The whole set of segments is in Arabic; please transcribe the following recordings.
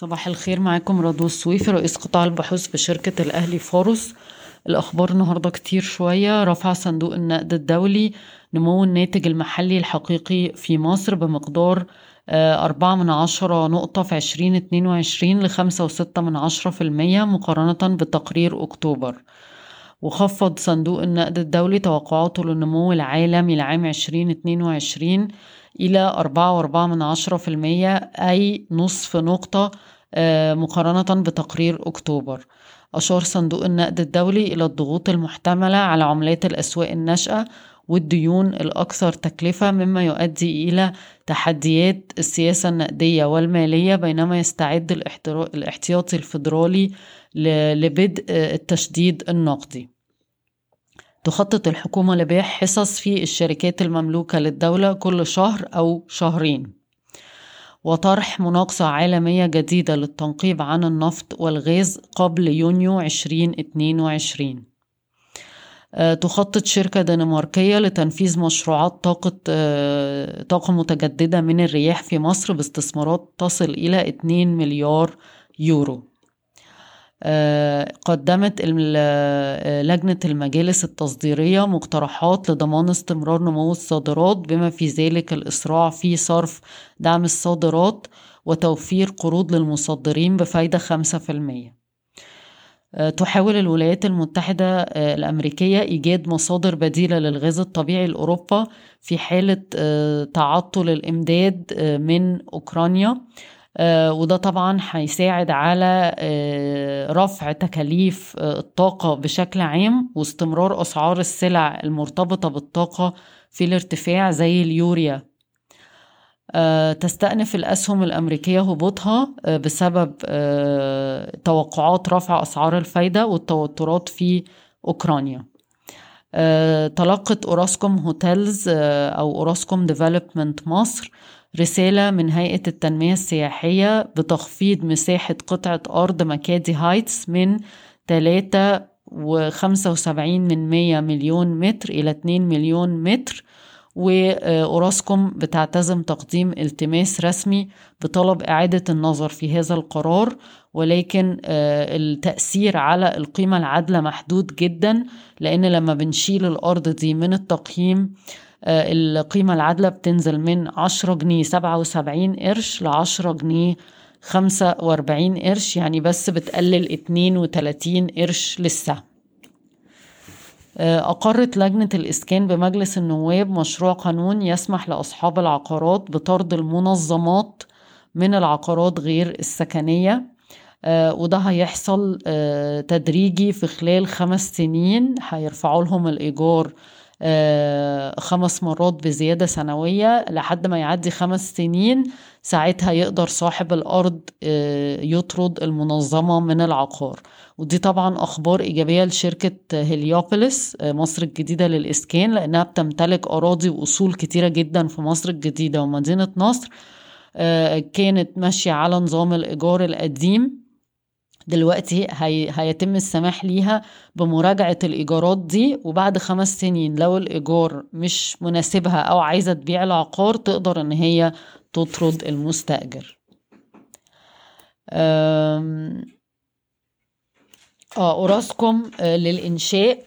صباح الخير، معاكم رضوى السويفي رئيس قطاع البحوث بشركة الأهلي فورس. الأخبار النهاردة كتير شوية. رفع صندوق النقد الدولي نمو الناتج المحلي الحقيقي في مصر بمقدار 4 من 10 نقطة في 2022 ل5.6% مقارنة بتقرير أكتوبر. وخفض صندوق النقد الدولي توقعاته للنمو العالمي لعام 2022 إلى 4.4%، أي نصف نقطة مقارنة بتقرير أكتوبر. أشار صندوق النقد الدولي إلى الضغوط المحتملة على عملات الأسواق الناشئة والديون الأكثر تكلفة، مما يؤدي إلى تحديات السياسة النقدية والمالية، بينما يستعد الاحتياطي الفيدرالي لبدء التشديد النقدي. تخطط الحكومة لبيع حصص في الشركات المملوكة للدولة كل شهر أو شهرين، وطرح مناقصة عالمية جديدة للتنقيب عن النفط والغاز قبل يونيو 2022. تخطط شركة دنماركية لتنفيذ مشروعات طاقة متجددة من الرياح في مصر باستثمارات تصل إلى 2 مليار يورو. قدمت لجنة المجالس التصديرية مقترحات لضمان استمرار نمو الصادرات، بما في ذلك الإسراع في صرف دعم الصادرات وتوفير قروض للمصدرين بفايدة 5%. تحاول الولايات المتحدة الأمريكية إيجاد مصادر بديلة للغاز الطبيعي لأوروبا في حالة تعطل الإمداد من أوكرانيا، وده طبعا هيساعد على رفع تكاليف الطاقة بشكل عام واستمرار أسعار السلع المرتبطة بالطاقة في الارتفاع زي اليوريا. تستأنف الأسهم الأمريكية هبوطها بسبب توقعات رفع أسعار الفايدة والتوترات في أوكرانيا. تلقت أوراسكوم هوتيلز أو أوراسكوم ديفلوبمنت مصر رسالة من هيئة التنمية السياحية بتخفيض مساحة قطعة أرض مكادي هايتس من 3.75 مليون متر إلى 2 مليون متر، وأوراسكوم بتعتزم تقديم التماس رسمي بطلب إعادة النظر في هذا القرار، ولكن التأثير على القيمة العادلة محدود جدا، لأن لما بنشيل الأرض دي من التقييم القيمة العادلة بتنزل من 10 جنيه 77 قرش ل10 جنيه 45 قرش، يعني بس بتقلل 32 قرش للسهم. أقرت لجنة الإسكان بمجلس النواب مشروع قانون يسمح لأصحاب العقارات بطرد المنظمات من العقارات غير السكنية، وده هيحصل تدريجي في خلال 5 سنين. هيرفعوا لهم الإيجار 5 مرات بزيادة سنوية لحد ما يعدي 5 سنين. ساعتها يقدر صاحب الأرض يطرد المنظمة من العقار. ودي طبعا أخبار إيجابية لشركة هيليوبوليس مصر الجديدة للإسكان، لأنها بتمتلك أراضي وأصول كتيرة جدا في مصر الجديدة ومدينة نصر. كانت ماشية على نظام الإيجار القديم. دلوقتي هيتم السماح ليها بمراجعة الإيجارات دي، وبعد 5 سنين لو الإيجار مش مناسبها أو عايزة تبيع العقار تقدر إن هي تطرد المستأجر. أوراسكوم للإنشاء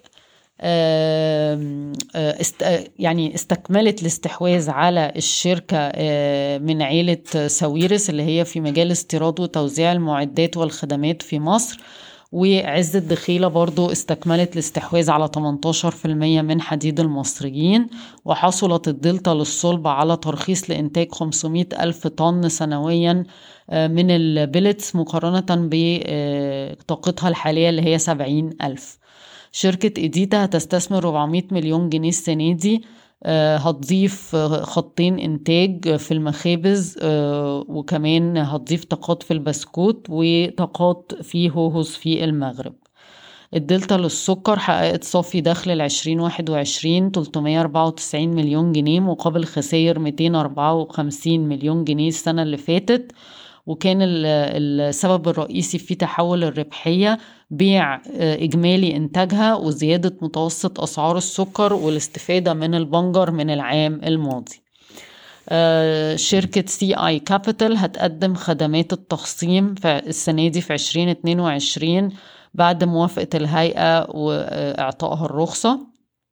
يعني استكملت الاستحواذ على الشركة من عيلة ساويرس اللي هي في مجال استيراد وتوزيع المعدات والخدمات في مصر. وعزة دخيلة برضو استكملت الاستحواذ على 18% من حديد المصريين. وحصلت الدلتا للصلب على ترخيص لإنتاج 500 ألف طن سنويا من البلتس مقارنة بطاقتها الحالية اللي هي 70 ألف. شركة إيديتا هتستثمر 400 مليون جنيه السنة دي، هتضيف خطين إنتاج في المخابز، وكمان هتضيف طاقات في البسكوت وطاقات في هوهوز في المغرب. الدلتا للسكر حققت صافي دخل 2021 394 مليون جنيه مقابل خسائر 254 مليون جنيه السنة اللي فاتت، وكان السبب الرئيسي في تحول الربحية بيع إجمالي إنتاجها وزيادة متوسط أسعار السكر والاستفادة من البنجر من العام الماضي. شركة CI Capital هتقدم خدمات التخصيم في السنة دي في 2022 بعد موافقة الهيئة وإعطائها الرخصة.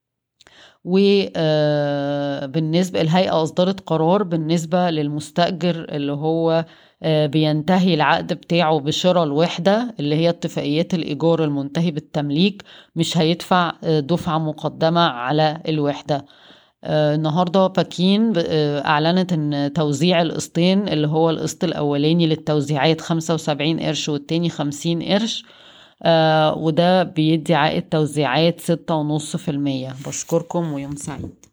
وبالنسبة الهيئة أصدرت قرار بالنسبة للمستأجر اللي هو بينتهي العقد بتاعه بشراء الوحدة اللي هي اتفاقيات الإيجار المنتهي بالتمليك، مش هيدفع دفعة مقدمة على الوحدة. النهاردة باكين أعلنت أن توزيع القسطين اللي هو القسط الأولاني للتوزيعات 75 قرش والتاني 50 قرش، وده بيدي عائد توزيعات 6.5%. بشكركم ويوم سعيد.